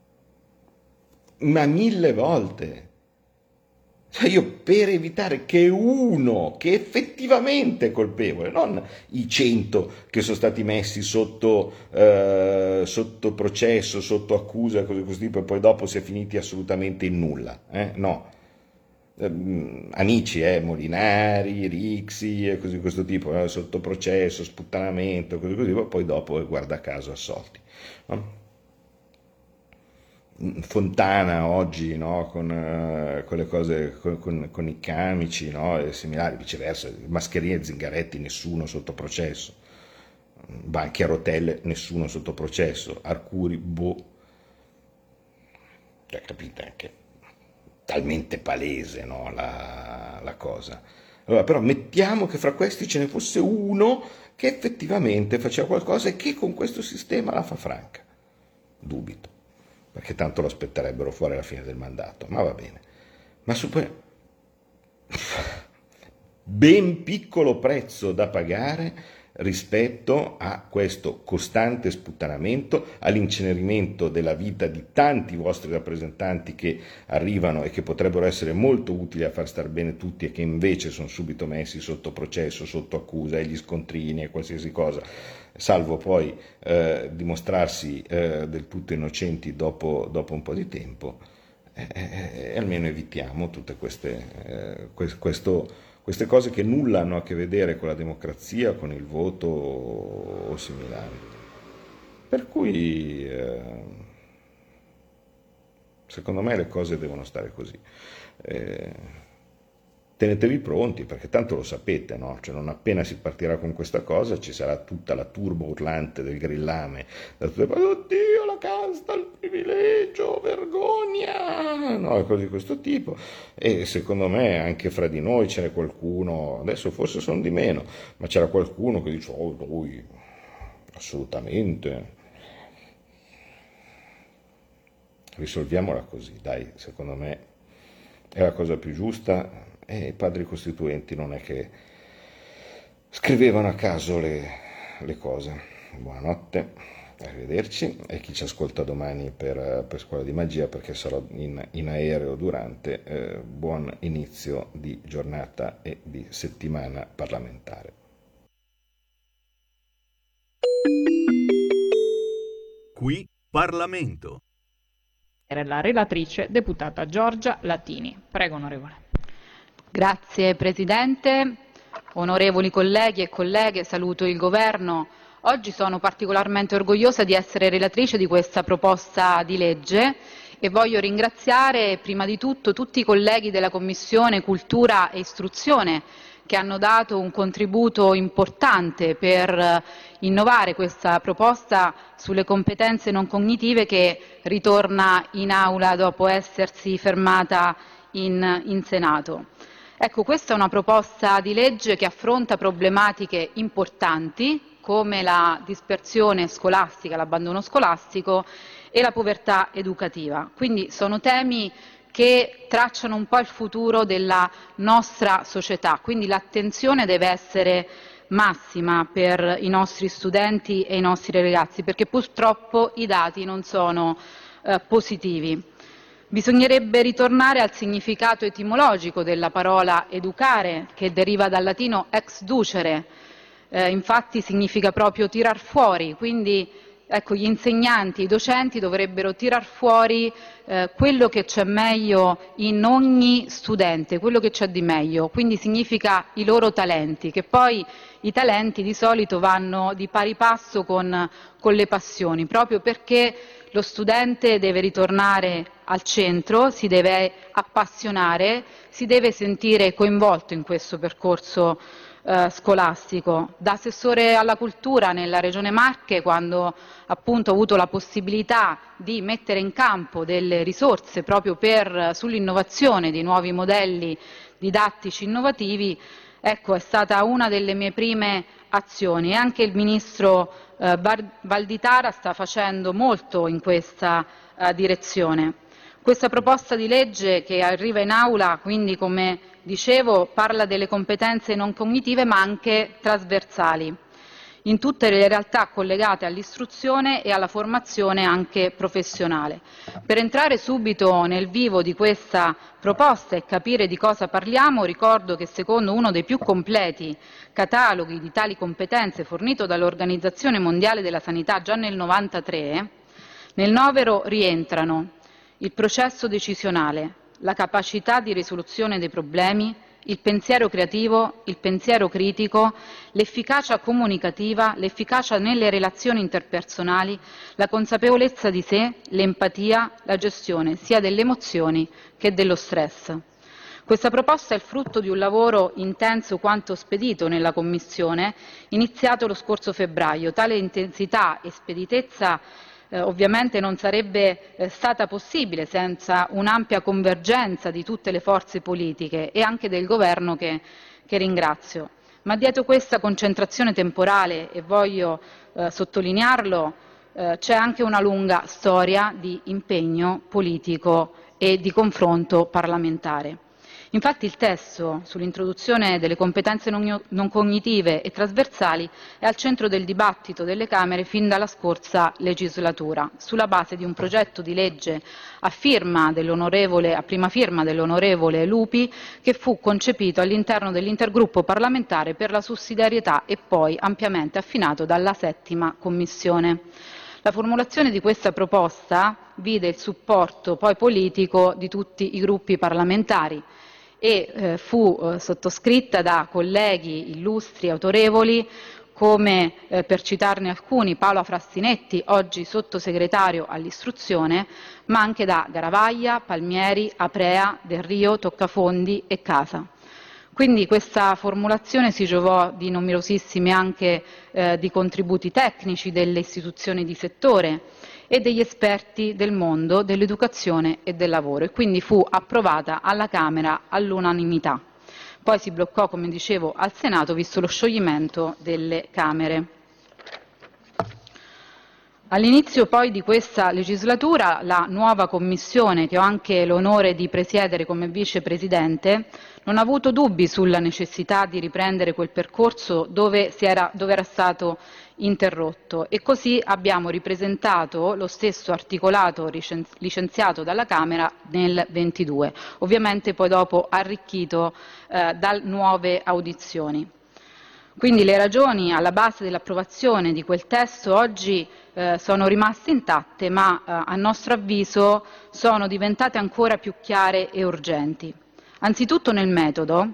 ma mille volte. Cioè io per evitare che uno che effettivamente è colpevole, non i cento che sono stati messi sotto, eh, sotto processo, sotto accusa, cose così, tipo, e poi dopo si è finiti assolutamente in nulla. Eh? No. Ehm, amici, eh, Molinari, Rixi e così di questo tipo, eh, sotto processo, sputtanamento, così così, poi dopo, eh, guarda caso, assolti. No? Fontana oggi, no? con, eh, con le cose, con, con- con i camici, no? E similari, viceversa, Mascherine e Zingaretti, nessuno sotto processo, banchi a rotelle, nessuno sotto processo, Arcuri, boh, cioè, capite anche talmente palese, no, la, la cosa. Allora, però mettiamo che fra questi ce ne fosse uno che effettivamente faceva qualcosa e che con questo sistema la fa franca. Dubito, perché tanto lo aspetterebbero fuori alla fine del mandato, ma va bene. Ma supponiamo ben piccolo prezzo da pagare rispetto a questo costante sputtanamento, all'incenerimento della vita di tanti vostri rappresentanti che arrivano e che potrebbero essere molto utili a far star bene tutti e che invece sono subito messi sotto processo, sotto accusa, e gli scontrini e qualsiasi cosa, salvo poi eh, dimostrarsi eh, del tutto innocenti dopo, dopo un po' di tempo. E eh, eh, almeno evitiamo tutte queste, eh, que- questo, queste cose che nulla hanno a che vedere con la democrazia, con il voto o similari. Per cui, eh, secondo me, le cose devono stare così. Eh, Tenetevi pronti, perché tanto lo sapete, no? Cioè, non appena si partirà con questa cosa ci sarà tutta la turba urlante del grillame da tutte le parti. Oddio, la casta, il privilegio, vergogna, no? E cose di questo tipo. E secondo me anche fra di noi c'era qualcuno, adesso forse sono di meno, ma c'era qualcuno che dice, oh, lui, assolutamente, risolviamola così, dai, secondo me è la cosa più giusta. E i padri costituenti non è che scrivevano a caso le, le cose. Buonanotte, arrivederci, e chi ci ascolta domani per, per Scuola di Magia, perché sarò in, in aereo durante, eh, buon inizio di giornata e di settimana parlamentare. Qui Parlamento. Era la relatrice deputata Giorgia Latini. Prego, onorevole. Grazie Presidente, onorevoli colleghi e colleghe, saluto il Governo. Oggi sono particolarmente orgogliosa di essere relatrice di questa proposta di legge e voglio ringraziare prima di tutto tutti i colleghi della Commissione Cultura e Istruzione che hanno dato un contributo importante per innovare questa proposta sulle competenze non cognitive che ritorna in aula dopo essersi fermata in, in Senato. Ecco, questa è una proposta di legge che affronta problematiche importanti come la dispersione scolastica, l'abbandono scolastico e la povertà educativa. Quindi sono temi che tracciano un po' il futuro della nostra società, quindi l'attenzione deve essere massima per i nostri studenti e i nostri ragazzi, perché purtroppo i dati non sono eh, positivi. Bisognerebbe ritornare al significato etimologico della parola educare, che deriva dal latino ex ducere, eh, infatti significa proprio tirar fuori, quindi ecco, gli insegnanti, i docenti dovrebbero tirar fuori eh, quello che c'è meglio in ogni studente, quello che c'è di meglio, quindi significa i loro talenti, che poi i talenti di solito vanno di pari passo con, con le passioni, proprio perché lo studente deve ritornare al centro, si deve appassionare, si deve sentire coinvolto in questo percorso eh, scolastico. Da assessore alla cultura nella Regione Marche, quando appunto ho avuto la possibilità di mettere in campo delle risorse proprio per, sull'innovazione di nuovi modelli didattici innovativi, ecco, è stata una delle mie prime azioni e anche il Ministro eh, Valditara sta facendo molto in questa eh, direzione. Questa proposta di legge che arriva in aula, quindi come dicevo, parla delle competenze non cognitive ma anche trasversali, in tutte le realtà collegate all'istruzione e alla formazione anche professionale. Per entrare subito nel vivo di questa proposta e capire di cosa parliamo, ricordo che secondo uno dei più completi cataloghi di tali competenze fornito dall'Organizzazione Mondiale della Sanità già nel novantatré, nel novero rientrano il processo decisionale, la capacità di risoluzione dei problemi, il pensiero creativo, il pensiero critico, l'efficacia comunicativa, l'efficacia nelle relazioni interpersonali, la consapevolezza di sé, l'empatia, la gestione sia delle emozioni che dello stress. Questa proposta è il frutto di un lavoro intenso quanto spedito nella Commissione, iniziato lo scorso febbraio. Tale intensità e speditezza Eh, ovviamente non sarebbe eh, stata possibile senza un'ampia convergenza di tutte le forze politiche e anche del Governo che, che ringrazio. Ma dietro questa concentrazione temporale, e voglio eh, sottolinearlo, eh, c'è anche una lunga storia di impegno politico e di confronto parlamentare. Infatti il testo sull'introduzione delle competenze non, non cognitive e trasversali è al centro del dibattito delle Camere fin dalla scorsa legislatura, sulla base di un progetto di legge a, firma dell'onorevole, a prima firma dell'onorevole Lupi, che fu concepito all'interno dell'intergruppo parlamentare per la sussidiarietà e poi ampiamente affinato dalla settima Commissione. La formulazione di questa proposta vide il supporto poi politico di tutti i gruppi parlamentari e eh, fu eh, sottoscritta da colleghi illustri e autorevoli come, eh, per citarne alcuni, Paola Frassinetti, oggi sottosegretario all'istruzione, ma anche da Garavaglia, Palmieri, Aprea, Del Rio, Toccafondi e Casa. Quindi questa formulazione si giovò di numerosissimi anche eh, di contributi tecnici delle istituzioni di settore e degli esperti del mondo dell'educazione e del lavoro e quindi fu approvata alla Camera all'unanimità. Poi si bloccò, come dicevo, al Senato visto lo scioglimento delle Camere. All'inizio poi di questa legislatura la nuova Commissione, che ho anche l'onore di presiedere come vicepresidente, non ha avuto dubbi sulla necessità di riprendere quel percorso dove, si era, dove era stato interrotto e così abbiamo ripresentato lo stesso articolato licenziato dalla Camera nel ventidue, ovviamente poi dopo arricchito eh, da nuove audizioni. Quindi le ragioni alla base dell'approvazione di quel testo oggi eh, sono rimaste intatte, ma eh, a nostro avviso sono diventate ancora più chiare e urgenti. Anzitutto nel metodo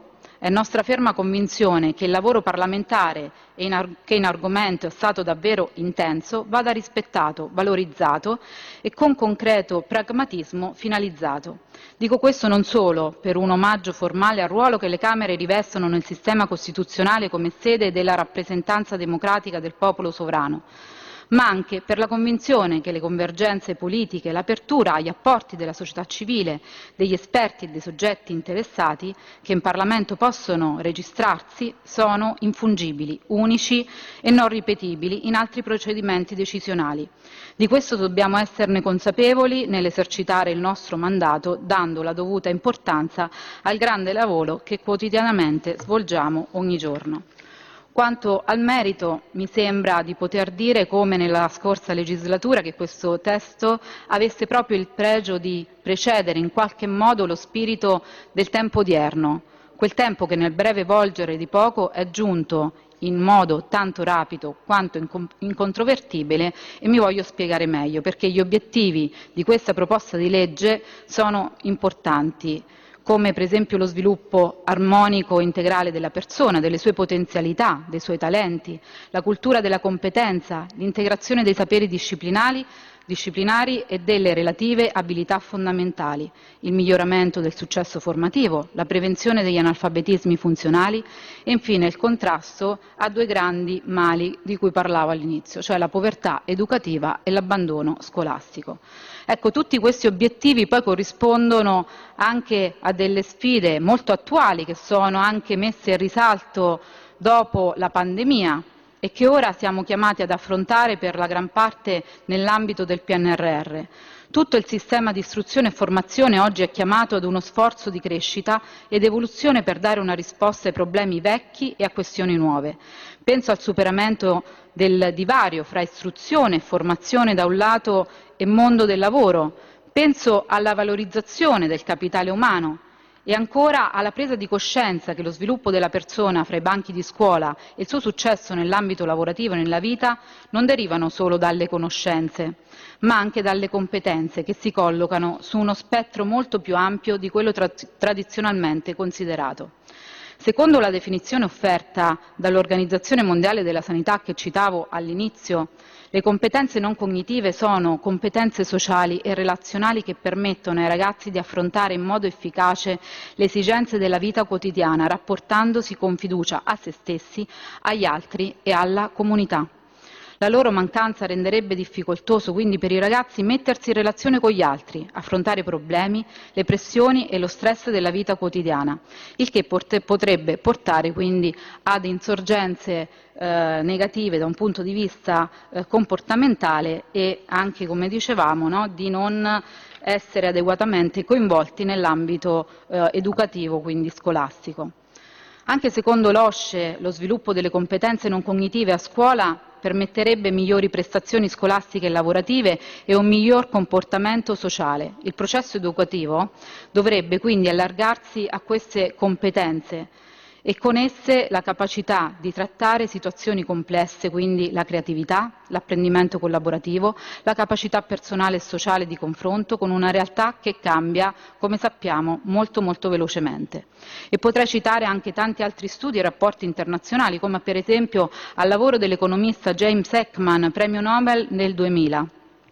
È nostra ferma convinzione che il lavoro parlamentare e in ar- che in argomento è stato davvero intenso vada rispettato, valorizzato e con concreto pragmatismo finalizzato. Dico questo non solo per un omaggio formale al ruolo che le Camere rivestono nel sistema costituzionale come sede della rappresentanza democratica del popolo sovrano, ma anche per la convinzione che le convergenze politiche, l'apertura agli apporti della società civile, degli esperti e dei soggetti interessati che in Parlamento possono registrarsi sono infungibili, unici e non ripetibili in altri procedimenti decisionali. Di questo dobbiamo esserne consapevoli nell'esercitare il nostro mandato, dando la dovuta importanza al grande lavoro che quotidianamente svolgiamo ogni giorno. Quanto al merito, mi sembra di poter dire, come nella scorsa legislatura, che questo testo avesse proprio il pregio di precedere in qualche modo lo spirito del tempo odierno, quel tempo che nel breve volgere di poco è giunto in modo tanto rapido quanto incontrovertibile, e mi voglio spiegare meglio, perché gli obiettivi di questa proposta di legge sono importanti, come per esempio lo sviluppo armonico e integrale della persona, delle sue potenzialità, dei suoi talenti, la cultura della competenza, l'integrazione dei saperi disciplinari, disciplinari e delle relative abilità fondamentali, il miglioramento del successo formativo, la prevenzione degli analfabetismi funzionali e infine il contrasto a due grandi mali di cui parlavo all'inizio, cioè la povertà educativa e l'abbandono scolastico. Ecco, tutti questi obiettivi poi corrispondono anche a delle sfide molto attuali che sono anche messe in risalto dopo la pandemia e che ora siamo chiamati ad affrontare per la gran parte nell'ambito del P N R R. Tutto il sistema di istruzione e formazione oggi è chiamato ad uno sforzo di crescita ed evoluzione per dare una risposta ai problemi vecchi e a questioni nuove. Penso al superamento del divario fra istruzione e formazione da un lato e mondo del lavoro, penso alla valorizzazione del capitale umano e ancora alla presa di coscienza che lo sviluppo della persona fra i banchi di scuola e il suo successo nell'ambito lavorativo e nella vita non derivano solo dalle conoscenze, ma anche dalle competenze che si collocano su uno spettro molto più ampio di quello tra- tradizionalmente considerato. Secondo la definizione offerta dall'Organizzazione Mondiale della Sanità che citavo all'inizio, le competenze non cognitive sono competenze sociali e relazionali che permettono ai ragazzi di affrontare in modo efficace le esigenze della vita quotidiana, rapportandosi con fiducia a se stessi, agli altri e alla comunità. La loro mancanza renderebbe difficoltoso quindi per i ragazzi mettersi in relazione con gli altri, affrontare i problemi, le pressioni e lo stress della vita quotidiana, il che porte- potrebbe portare quindi ad insorgenze eh, negative da un punto di vista eh, comportamentale e anche, come dicevamo, no, di non essere adeguatamente coinvolti nell'ambito eh, educativo, quindi scolastico. Anche secondo l'O S C E lo sviluppo delle competenze non cognitive a scuola permetterebbe migliori prestazioni scolastiche e lavorative e un miglior comportamento sociale. Il processo educativo dovrebbe quindi allargarsi a queste competenze e con esse la capacità di trattare situazioni complesse, quindi la creatività, l'apprendimento collaborativo, la capacità personale e sociale di confronto con una realtà che cambia, come sappiamo, molto molto velocemente. E potrei citare anche tanti altri studi e rapporti internazionali, come per esempio al lavoro dell'economista James Heckman, premio Nobel nel duemila.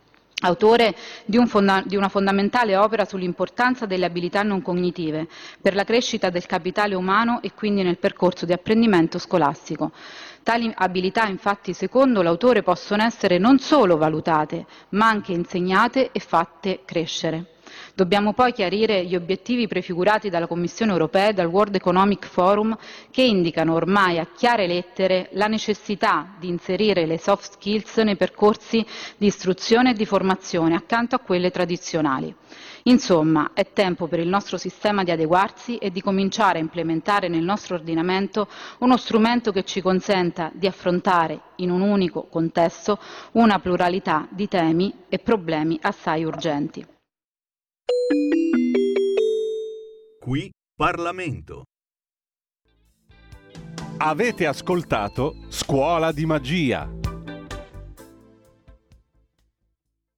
Autore di, un fonda- di una fondamentale opera sull'importanza delle abilità non cognitive per la crescita del capitale umano e quindi nel percorso di apprendimento scolastico. Tali abilità, infatti, secondo l'autore, possono essere non solo valutate, ma anche insegnate e fatte crescere. Dobbiamo poi chiarire gli obiettivi prefigurati dalla Commissione europea e dal World Economic Forum, che indicano ormai a chiare lettere la necessità di inserire le soft skills nei percorsi di istruzione e di formazione accanto a quelle tradizionali. Insomma, è tempo per il nostro sistema di adeguarsi e di cominciare a implementare nel nostro ordinamento uno strumento che ci consenta di affrontare in un unico contesto una pluralità di temi e problemi assai urgenti. Qui Parlamento. Avete ascoltato Scuola di Magia.